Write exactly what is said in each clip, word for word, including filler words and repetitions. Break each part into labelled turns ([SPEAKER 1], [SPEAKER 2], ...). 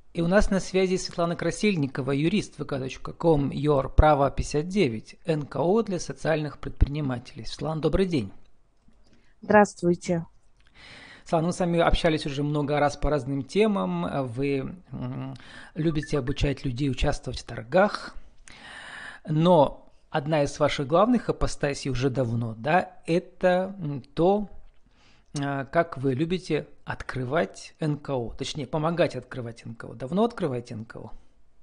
[SPEAKER 1] И у нас на связи Светлана Красильникова, юрист вэ ка точка ком, ЮАР, право пятьдесят девять, эн ка о для социальных предпринимателей. Светлана, добрый день.
[SPEAKER 2] Здравствуйте.
[SPEAKER 1] Светлана, мы с вами общались уже много раз по разным темам. Вы м, любите обучать людей участвовать в торгах, но одна из ваших главных апостасий уже давно, да, это м, то, а, как вы любите открывать эн ка о, точнее, помогать открывать эн ка о. Давно открываете эн ка о?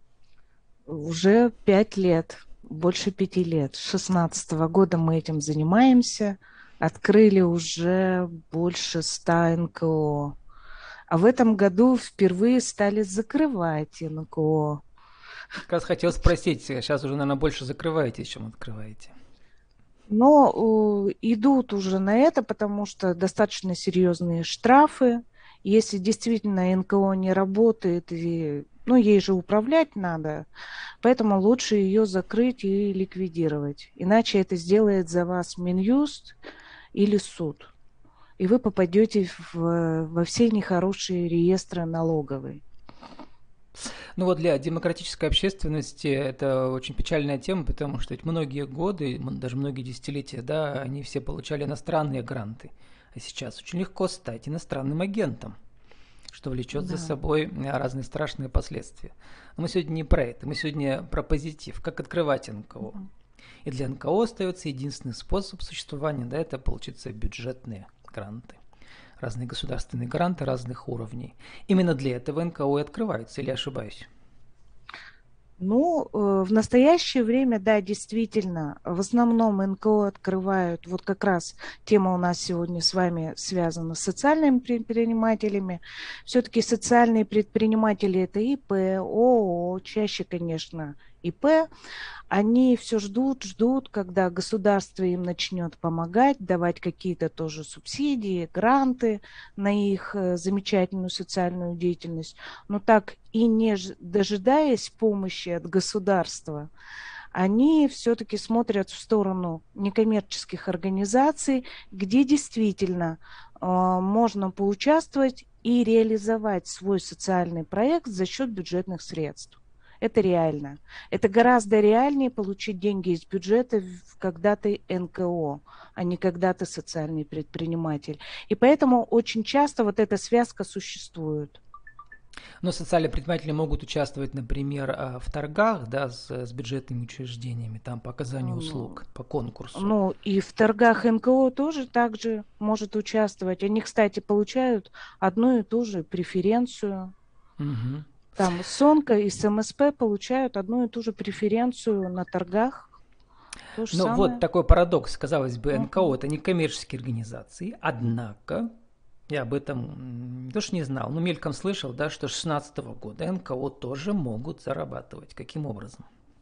[SPEAKER 2] Уже пять лет, больше пяти лет. С шестнадцатого года мы этим занимаемся. Открыли уже больше ста эн ка о. А в этом году впервые стали закрывать эн ка о.
[SPEAKER 1] Как раз хотел спросить, сейчас уже, наверное, больше закрываете, чем открываете.
[SPEAKER 2] Но э, идут уже на это, потому что достаточно серьезные штрафы. Если действительно эн ка о не работает, и, ну, ей же управлять надо, поэтому лучше ее закрыть и ликвидировать. Иначе это сделает за вас Минюст или суд. И вы попадете в, во все нехорошие реестры налоговые.
[SPEAKER 1] Ну вот для демократической общественности это очень печальная тема, потому что ведь многие годы, даже многие десятилетия, да, они все получали иностранные гранты. А сейчас очень легко стать иностранным агентом, что влечет за
[SPEAKER 2] Да.
[SPEAKER 1] собой разные страшные последствия. Но мы сегодня не про это, мы сегодня про позитив, как открывать эн ка о.
[SPEAKER 2] Мгм.
[SPEAKER 1] И для эн ка о остается единственный способ существования, да, это получится бюджетные гранты. Разные государственные гранты разных уровней. Именно для этого эн ка о и открывается, или ошибаюсь?
[SPEAKER 2] Ну, э, в настоящее время, да, действительно, в основном эн ка о открывают, вот как раз тема у нас сегодня с вами связана с социальными предпринимателями. Все-таки социальные предприниматели – это и пэ, о о о, чаще, конечно, и пэ. Они все ждут, ждут, когда государство им начнет помогать, давать какие-то тоже субсидии, гранты на их э, замечательную социальную деятельность. Но так и не ж- дожидаясь помощи от государства, они все-таки смотрят в сторону некоммерческих организаций, где действительно э, можно поучаствовать и реализовать свой социальный проект за счет бюджетных средств. Это реально. Это гораздо реальнее получить деньги из бюджета, когда ты эн ка о, а не когда ты социальный предприниматель. И поэтому очень часто вот эта связка существует.
[SPEAKER 1] Но социальные предприниматели могут участвовать, например, а, в торгах, да, с, с бюджетными учреждениями, там по оказанию
[SPEAKER 2] Ну,
[SPEAKER 1] услуг, по конкурсу.
[SPEAKER 2] ну, и в торгах эн ка о тоже также может участвовать. Они, кстати, получают одну и ту же преференцию.
[SPEAKER 1] Мгм.
[SPEAKER 2] Там Сонка и эс эм эс пэ получают одну и ту же преференцию на торгах. То же
[SPEAKER 1] Ну вот
[SPEAKER 2] самое.
[SPEAKER 1] такой парадокс. Казалось бы, эн ка о
[SPEAKER 2] Мгм.
[SPEAKER 1] это не коммерческие организации, однако я об этом м, не то что не знал, но мельком слышал, да, что с шестнадцатого года эн ка о тоже могут зарабатывать. Каким образом?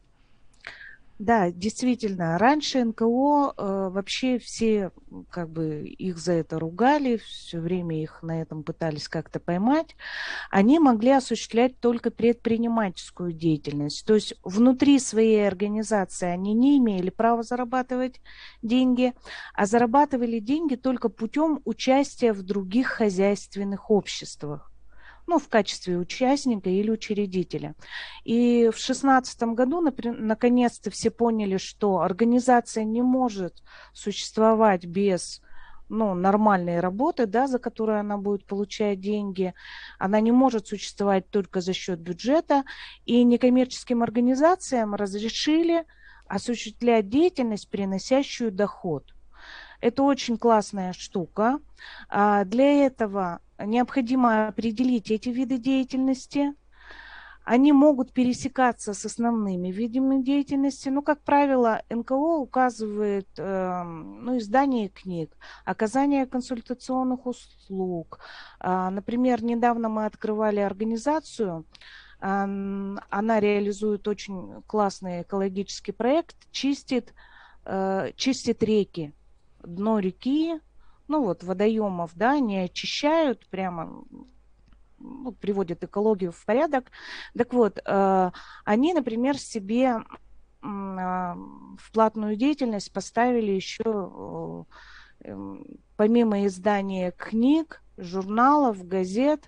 [SPEAKER 2] Да, действительно, раньше эн ка о э, вообще все м, как бы их за это ругали, все время их на этом пытались как-то поймать. Они могли осуществлять только предпринимательскую деятельность. То есть внутри своей организации они не имели права зарабатывать деньги, а зарабатывали деньги только путем участия в других хозяйственных обществах, ну, в качестве участника или учредителя. И в шестнадцатом году, напри- наконец-то, все поняли, что организация не может существовать без, ну, нормальной работы, да, за которую она будет получать деньги. Она не может существовать только за счет бюджета. И некоммерческим организациям разрешили осуществлять деятельность, приносящую доход. Это очень классная штука. А, Для этого необходимо определить эти виды деятельности. Они могут пересекаться с основными видами деятельности. Ну, как правило, эн ка о указывает э, ну, издание книг, оказание консультационных услуг. А, например, недавно мы открывали организацию, а, она реализует очень классный экологический проект, чистит, э, чистит реки, дно реки, ну вот водоемов, да, не очищают прямо, ну, приводят экологию в порядок. Так вот, э, они, например, себе м, а, в платную деятельность поставили еще, э, эм, помимо издания книг, журналов, газет,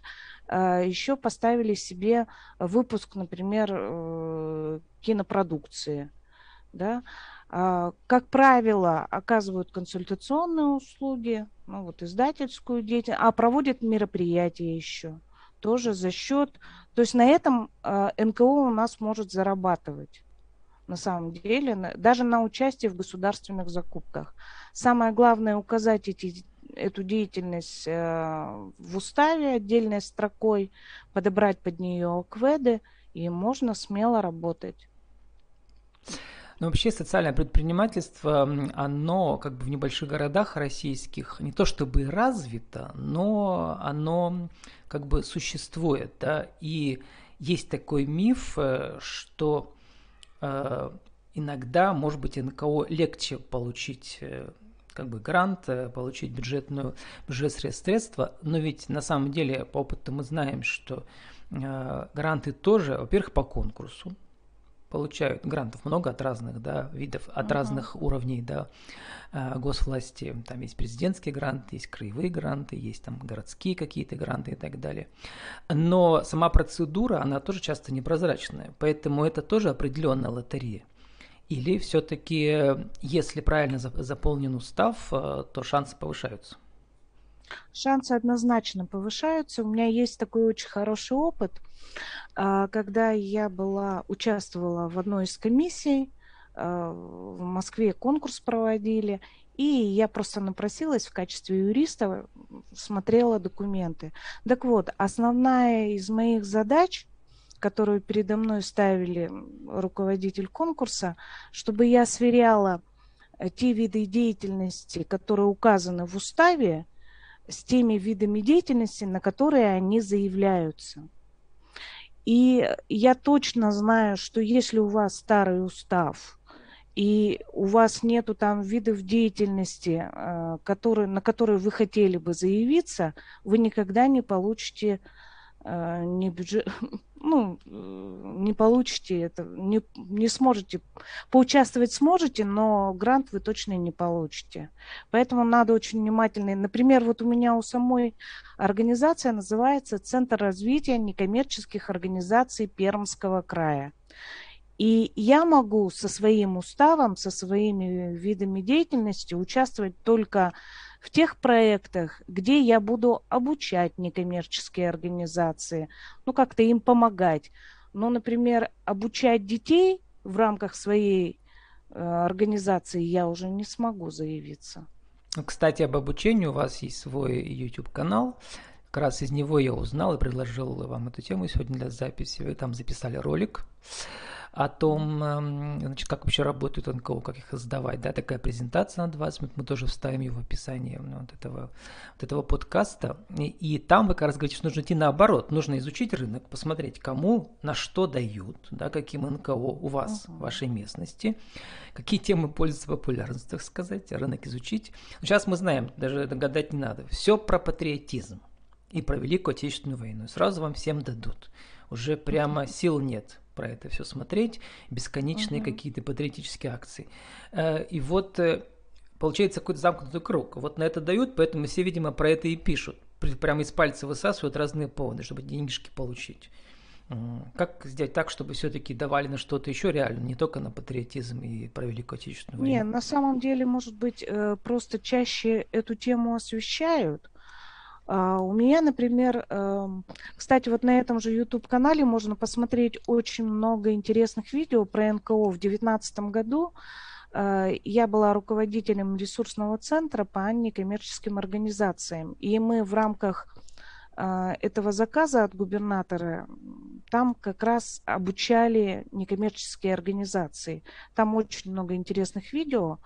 [SPEAKER 2] еще поставили себе выпуск, например, э, кинопродукции. Да? А, Как правило, оказывают консультационные услуги, ну вот издательскую деятельность, а проводят мероприятия еще тоже за счет, то есть на этом а, эн ка о у нас может зарабатывать. На самом деле, на- даже на участие в государственных закупках. Самое главное указать эти, эту деятельность э, в уставе отдельной строкой, подобрать под нее кведы, и можно смело работать.
[SPEAKER 1] Но вообще социальное предпринимательство, м, оно как бы в небольших городах российских не то чтобы развито, но оно как бы существует, да, и есть такой миф, э, что э, иногда, может быть, эн ка о легче получить э, как бы грант, э, получить бюджетную, бюджетные средства, но ведь на самом деле по опыту мы знаем, что э, гранты тоже, во-первых, по конкурсу, получают грантов много от разных, да, видов, от
[SPEAKER 2] Мгм.
[SPEAKER 1] разных уровней, да, э, госвласти. Там есть президентские гранты, есть краевые гранты, есть там городские какие-то гранты и так далее. Но сама процедура, она тоже часто непрозрачная, поэтому это тоже определенная лотерея. Или все-таки, если правильно заполнен устав, э, то шансы повышаются?
[SPEAKER 2] Шансы однозначно повышаются. У меня есть такой очень хороший опыт. А, Когда я была, участвовала в одной из комиссий, а, в Москве конкурс проводили, и я просто напросилась в качестве юриста, м, смотрела документы. Так вот, основная из моих задач, которую передо мной ставили м, руководитель конкурса, чтобы я сверяла э, те виды деятельности, которые указаны в уставе, с теми видами деятельности, на которые они заявляются. И я точно знаю, что если у вас старый устав, и у вас нету там видов деятельности, э, которые, на которые вы хотели бы заявиться, вы никогда не получите э, не бюджет, ну, э, не получите это, не, не сможете, поучаствовать сможете, но грант вы точно не получите. Поэтому надо очень внимательно. Например, вот у меня у самой организация называется Центр развития некоммерческих организаций Пермского края. И я могу со своим уставом, со своими видами деятельности участвовать только в тех проектах, где я буду обучать некоммерческие организации, ну, как-то им помогать. Но, например, обучать детей в рамках своей э, организации я уже не смогу заявиться.
[SPEAKER 1] Кстати, об обучении у вас есть свой YouTube-канал. Как раз из него я узнал и предложил вам эту тему сегодня для записи. Вы там записали ролик о том, эм, значит, как вообще работают эн ка о, как их создавать. Да, такая презентация на двадцать минут, мы тоже вставим ее в описание ну, вот этого, вот этого подкаста. И, и там вы как раз говорите, что нужно идти наоборот. Нужно изучить рынок, посмотреть, кому на что дают, да, каким эн ка о у вас, в
[SPEAKER 2] Мгм.
[SPEAKER 1] вашей местности, какие темы пользуются популярностью, так сказать, рынок изучить. Сейчас мы знаем, даже догадать не надо, все про патриотизм и про Великую Отечественную войну. И сразу вам всем дадут. Уже прямо сил нет про это все смотреть, бесконечные
[SPEAKER 2] Мгм.
[SPEAKER 1] какие-то патриотические акции. Э, И вот э, получается какой-то замкнутый круг. Вот на это дают, поэтому все, видимо, про это и пишут. Прямо из пальца высасывают разные поводы, чтобы денежки получить. Как сделать так, чтобы все-таки давали на что-то еще реально, не только на патриотизм и про Великую Отечественную
[SPEAKER 2] Не,
[SPEAKER 1] войну?
[SPEAKER 2] на самом деле, может быть, э, просто чаще эту тему освещают. А, У меня, например, эм, кстати, вот на этом же YouTube-канале можно посмотреть очень много интересных видео про эн ка о. В две тысячи девятнадцатом году э, я была руководителем ресурсного центра по некоммерческим организациям. И мы в рамках э, этого заказа от губернатора м, там как раз обучали некоммерческие организации. Там очень много интересных видео.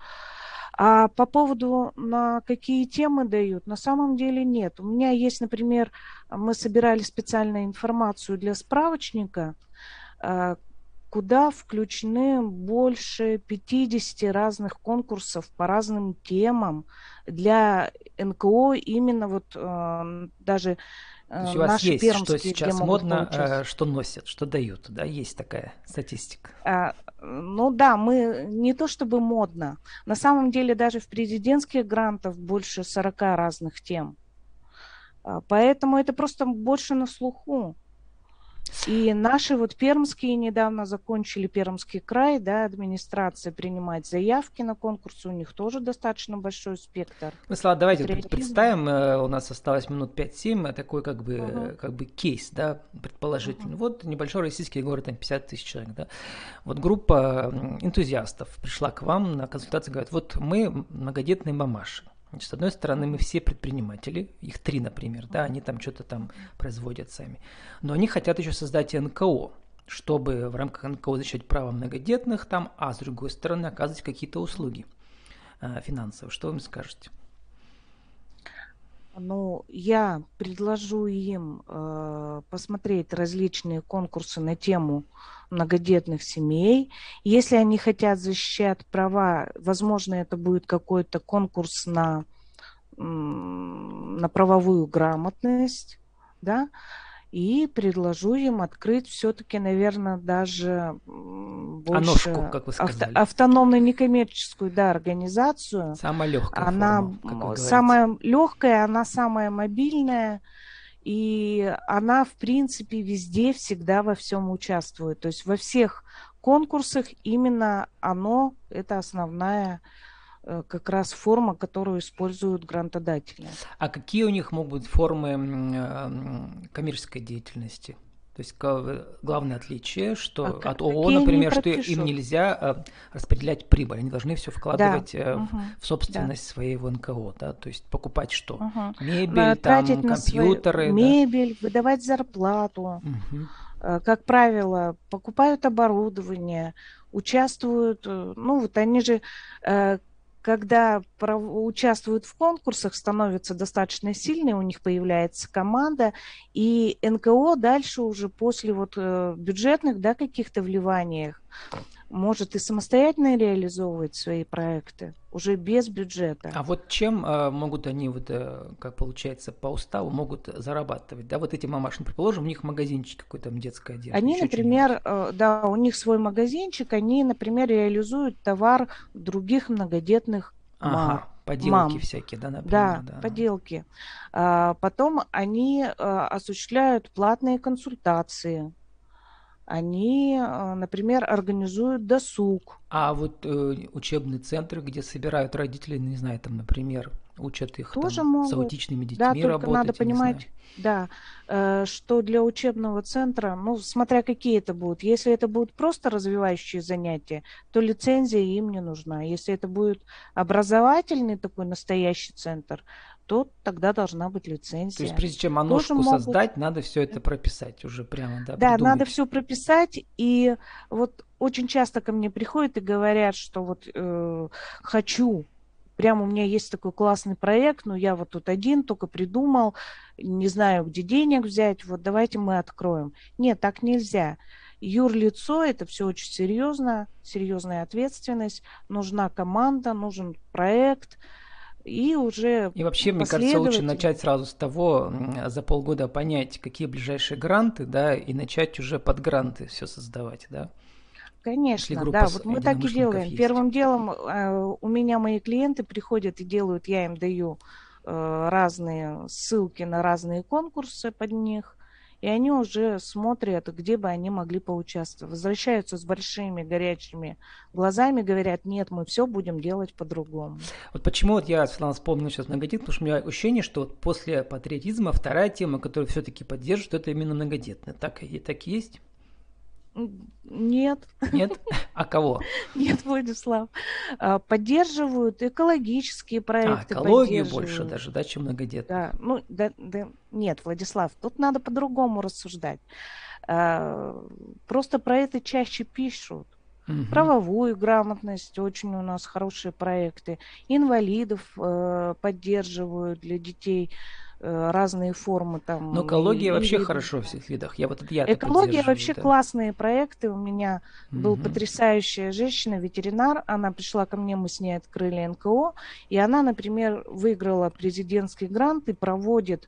[SPEAKER 2] А по поводу, на какие темы дают, на самом деле нет. У меня есть, например, мы собирали специальную информацию для справочника, э, куда включены больше пятидесяти разных конкурсов по разным темам для эн ка о, именно вот э, даже
[SPEAKER 1] То
[SPEAKER 2] э,
[SPEAKER 1] есть у вас
[SPEAKER 2] наши
[SPEAKER 1] есть, что
[SPEAKER 2] пермские, где
[SPEAKER 1] сейчас
[SPEAKER 2] могут
[SPEAKER 1] модно, э,
[SPEAKER 2] поучаствовать.
[SPEAKER 1] что носят, что дают, да, есть такая статистика.
[SPEAKER 2] А, ну да, мы не то чтобы модно. На самом деле даже в президентских грантах больше сорока разных тем. А, Поэтому это просто больше на слуху. И наши вот пермские недавно закончили, Пермский край, да, администрация принимать заявки на конкурсы, у них тоже достаточно большой спектр
[SPEAKER 1] Ну, Слава, давайте пред-
[SPEAKER 2] патриотизма.
[SPEAKER 1] представим, э, у нас осталось минут пять-семь, э, такой как бы,
[SPEAKER 2] Мгм,
[SPEAKER 1] э, как бы кейс, да, предположительно.
[SPEAKER 2] мгм,
[SPEAKER 1] Вот небольшой российский город, там пятьдесят тысяч человек, да. Вот группа м, энтузиастов пришла к вам на консультацию, говорят, вот мы многодетные мамаши. Значит, с одной стороны, мы
[SPEAKER 2] мгм,
[SPEAKER 1] все предприниматели, их три, например, да, они там что-то там
[SPEAKER 2] мгм.
[SPEAKER 1] производят сами. Но они хотят еще создать эн ка о, чтобы в рамках эн ка о защищать права многодетных там, а с другой стороны оказывать какие-то услуги э, финансовые. Что вы им скажете?
[SPEAKER 2] Ну, я предложу им э, посмотреть различные конкурсы на тему многодетных семей. Если они хотят защищать права, возможно, это будет какой-то конкурс на, м, на правовую грамотность, да, и предложу им открыть все-таки, наверное, даже м,
[SPEAKER 1] А ножку,
[SPEAKER 2] больше
[SPEAKER 1] как вы
[SPEAKER 2] авто,
[SPEAKER 1] сказали.
[SPEAKER 2] автономную некоммерческую, да, организацию.
[SPEAKER 1] Самая легкая
[SPEAKER 2] Она
[SPEAKER 1] форма, как вы
[SPEAKER 2] м,
[SPEAKER 1] говорите.
[SPEAKER 2] самая легкая, она самая мобильная, и она, в принципе, везде, всегда во всем участвует. То есть во всех конкурсах именно оно, это основная э, как раз форма, которую используют грантодатели.
[SPEAKER 1] А какие у них могут быть формы м, э, коммерческой деятельности? То есть ка- главное отличие,
[SPEAKER 2] А
[SPEAKER 1] что
[SPEAKER 2] к-
[SPEAKER 1] от о о,
[SPEAKER 2] какие они
[SPEAKER 1] например, что им
[SPEAKER 2] пропишут?
[SPEAKER 1] нельзя э, распределять прибыль, они должны все
[SPEAKER 2] Да,
[SPEAKER 1] вкладывать э, в
[SPEAKER 2] мгм,
[SPEAKER 1] в
[SPEAKER 2] да.
[SPEAKER 1] собственность своего эн ка о, да, то есть покупать что?
[SPEAKER 2] Мгм. На-
[SPEAKER 1] Мебель,
[SPEAKER 2] Тратить
[SPEAKER 1] там,
[SPEAKER 2] на свою
[SPEAKER 1] компьютеры, да?
[SPEAKER 2] мебель, выдавать зарплату.
[SPEAKER 1] Мгм.
[SPEAKER 2] Э, Как правило, покупают оборудование, участвуют, э, ну вот они же, э, когда пров- участвуют в конкурсах, становятся достаточно сильные, у них появляется команда, и эн ка о дальше уже после вот э, бюджетных, да, каких-то вливаний может и самостоятельно реализовывать свои проекты, уже без бюджета.
[SPEAKER 1] А вот чем э, могут они, вот, э, как получается, по уставу могут зарабатывать? Да, вот эти мамаши, ну, предположим, у них магазинчик какой-то, там, детской одежды,
[SPEAKER 2] Они,
[SPEAKER 1] еще что-нибудь.
[SPEAKER 2] например, э, да, у них свой магазинчик, они, например, реализуют товар других многодетных
[SPEAKER 1] Ага,
[SPEAKER 2] мар,
[SPEAKER 1] поделки
[SPEAKER 2] мам,
[SPEAKER 1] всякие, да, например,
[SPEAKER 2] да,
[SPEAKER 1] да.
[SPEAKER 2] поделки. А потом они э, осуществляют платные консультации. Они, э, например, организуют досуг.
[SPEAKER 1] А вот э, учебные центры, где собирают родителей, ну, не знаю, там, например, учат их
[SPEAKER 2] Тоже
[SPEAKER 1] там с
[SPEAKER 2] могут.
[SPEAKER 1] аутичными
[SPEAKER 2] Да,
[SPEAKER 1] детьми
[SPEAKER 2] только надо
[SPEAKER 1] работать, я не знаю.
[SPEAKER 2] понимать, да, э, что для учебного центра, ну, смотря какие это будут. Если это будут просто развивающие занятия, то лицензия им не нужна. Если это будет образовательный такой настоящий центр, то тогда должна быть
[SPEAKER 1] То есть
[SPEAKER 2] лицензия.
[SPEAKER 1] прежде чем
[SPEAKER 2] Тоже
[SPEAKER 1] оножку
[SPEAKER 2] могут.
[SPEAKER 1] создать, надо все это прописать уже прямо, да,
[SPEAKER 2] Да, надо
[SPEAKER 1] придумать.
[SPEAKER 2] все прописать, и вот очень часто ко мне приходят и говорят, что вот э, хочу, прямо у меня есть такой классный проект, но я вот тут один только придумал, не знаю, где денег взять, вот давайте мы откроем. Нет, так нельзя. Юрлицо, это все очень серьезно, серьезная ответственность, нужна команда, нужен проект, и уже
[SPEAKER 1] И вообще, мне кажется, лучше
[SPEAKER 2] последовательно.
[SPEAKER 1] начать сразу с того, м, за полгода понять, какие ближайшие гранты, да, и начать уже под гранты все создавать, да, если
[SPEAKER 2] Конечно,
[SPEAKER 1] группа
[SPEAKER 2] да,
[SPEAKER 1] с-
[SPEAKER 2] вот мы так и
[SPEAKER 1] единомышленников
[SPEAKER 2] делаем.
[SPEAKER 1] есть.
[SPEAKER 2] Первым делом э, у меня мои клиенты приходят и делают, я им даю э, разные ссылки на разные конкурсы под них, и они уже смотрят, где бы они могли поучаствовать. Возвращаются с большими горячими глазами, говорят, нет, мы все будем делать по-другому.
[SPEAKER 1] Вот почему вот я, Светлана, вспомнил сейчас многодетных, потому что у меня ощущение, что вот после патриотизма вторая тема, которую все-таки поддерживают, это именно многодетные. Так, и так и есть?
[SPEAKER 2] М, Нет,
[SPEAKER 1] Нет? А кого?
[SPEAKER 2] нет, Владислав. А, Поддерживают экологические
[SPEAKER 1] А,
[SPEAKER 2] проекты,
[SPEAKER 1] экологию больше
[SPEAKER 2] поддерживают.
[SPEAKER 1] даже, да, чем
[SPEAKER 2] Да,
[SPEAKER 1] многодетных.
[SPEAKER 2] ну, да, да, нет, Владислав, тут надо по-другому рассуждать. А, Просто про это чаще пишут.
[SPEAKER 1] Мгм.
[SPEAKER 2] Правовую грамотность, очень у нас хорошие проекты. Инвалидов э, поддерживают для детей э, разные формы
[SPEAKER 1] Но
[SPEAKER 2] там и,
[SPEAKER 1] экология вообще
[SPEAKER 2] и
[SPEAKER 1] хорошо в всех видах. Я вот это я-то
[SPEAKER 2] экология
[SPEAKER 1] поддерживаю,
[SPEAKER 2] вообще
[SPEAKER 1] да.
[SPEAKER 2] классные проекты. У меня был
[SPEAKER 1] Мгм.
[SPEAKER 2] потрясающая женщина, ветеринар. Она пришла ко мне, мы с ней открыли эн ка о. И она, например, выиграла президентский грант и проводит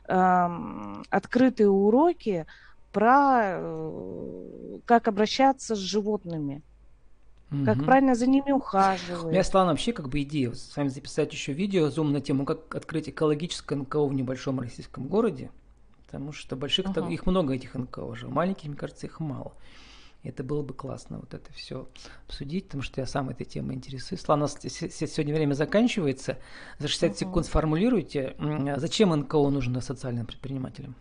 [SPEAKER 2] эм, открытые уроки про э, как обращаться с животными. как
[SPEAKER 1] Мгм.
[SPEAKER 2] правильно за ними
[SPEAKER 1] У меня,
[SPEAKER 2] ухаживать.
[SPEAKER 1] Светлана, вообще как бы идея вот с вами записать еще видео, зум на тему, как открыть экологическое эн ка о в небольшом российском городе, потому что больших,
[SPEAKER 2] Мгм.
[SPEAKER 1] их много этих эн ка о уже, маленьких, мне кажется, их мало. И это было бы классно вот это все обсудить, потому что я сам этой темой интересуюсь. Ладно, у нас сегодня время заканчивается. За шестьдесят секунд
[SPEAKER 2] Мгм.
[SPEAKER 1] сформулируйте, зачем эн ка о нужно социальным предпринимателям?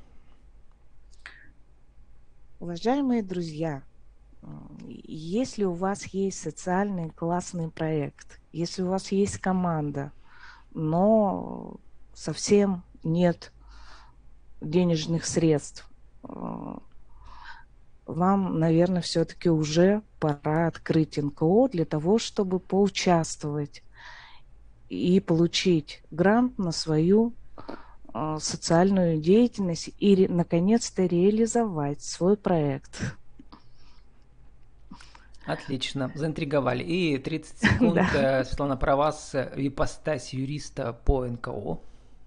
[SPEAKER 2] Уважаемые друзья, м, если у вас есть социальный классный проект, если у вас есть команда, но совсем нет денежных средств, э, вам, наверное, все-таки уже пора открыть эн ка о для того, чтобы поучаствовать и получить грант на свою э, социальную деятельность и, ре- наконец-то, реализовать свой проект.
[SPEAKER 1] Отлично, заинтриговали. И тридцать секунд,
[SPEAKER 2] Да.
[SPEAKER 1] э, Светлана, про вас, э, ипостась юриста по эн ка о.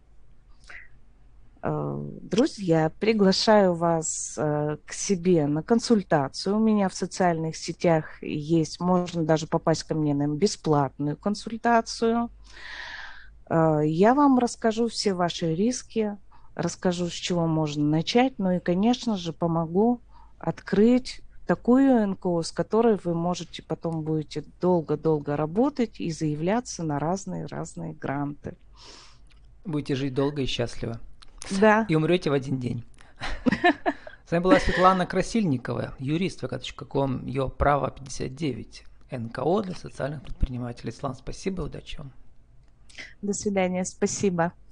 [SPEAKER 2] Э, Друзья, приглашаю вас э, к себе на консультацию. У меня в социальных сетях есть, можно даже попасть ко мне на бесплатную консультацию. Э, Я вам расскажу все ваши риски, расскажу, с чего можно начать, ну и, конечно же, помогу открыть такую эн ка о, с которой вы можете потом будете долго-долго работать и заявляться на разные-разные гранты.
[SPEAKER 1] Будете жить долго и счастливо.
[SPEAKER 2] Да,
[SPEAKER 1] И умрете в один день. С вами была Светлана Красильникова, юрист вэ ка точка ком, ее право пятьдесят девять, эн ка о для социальных предпринимателей. Светлана, спасибо, удачи вам.
[SPEAKER 2] до свидания, спасибо.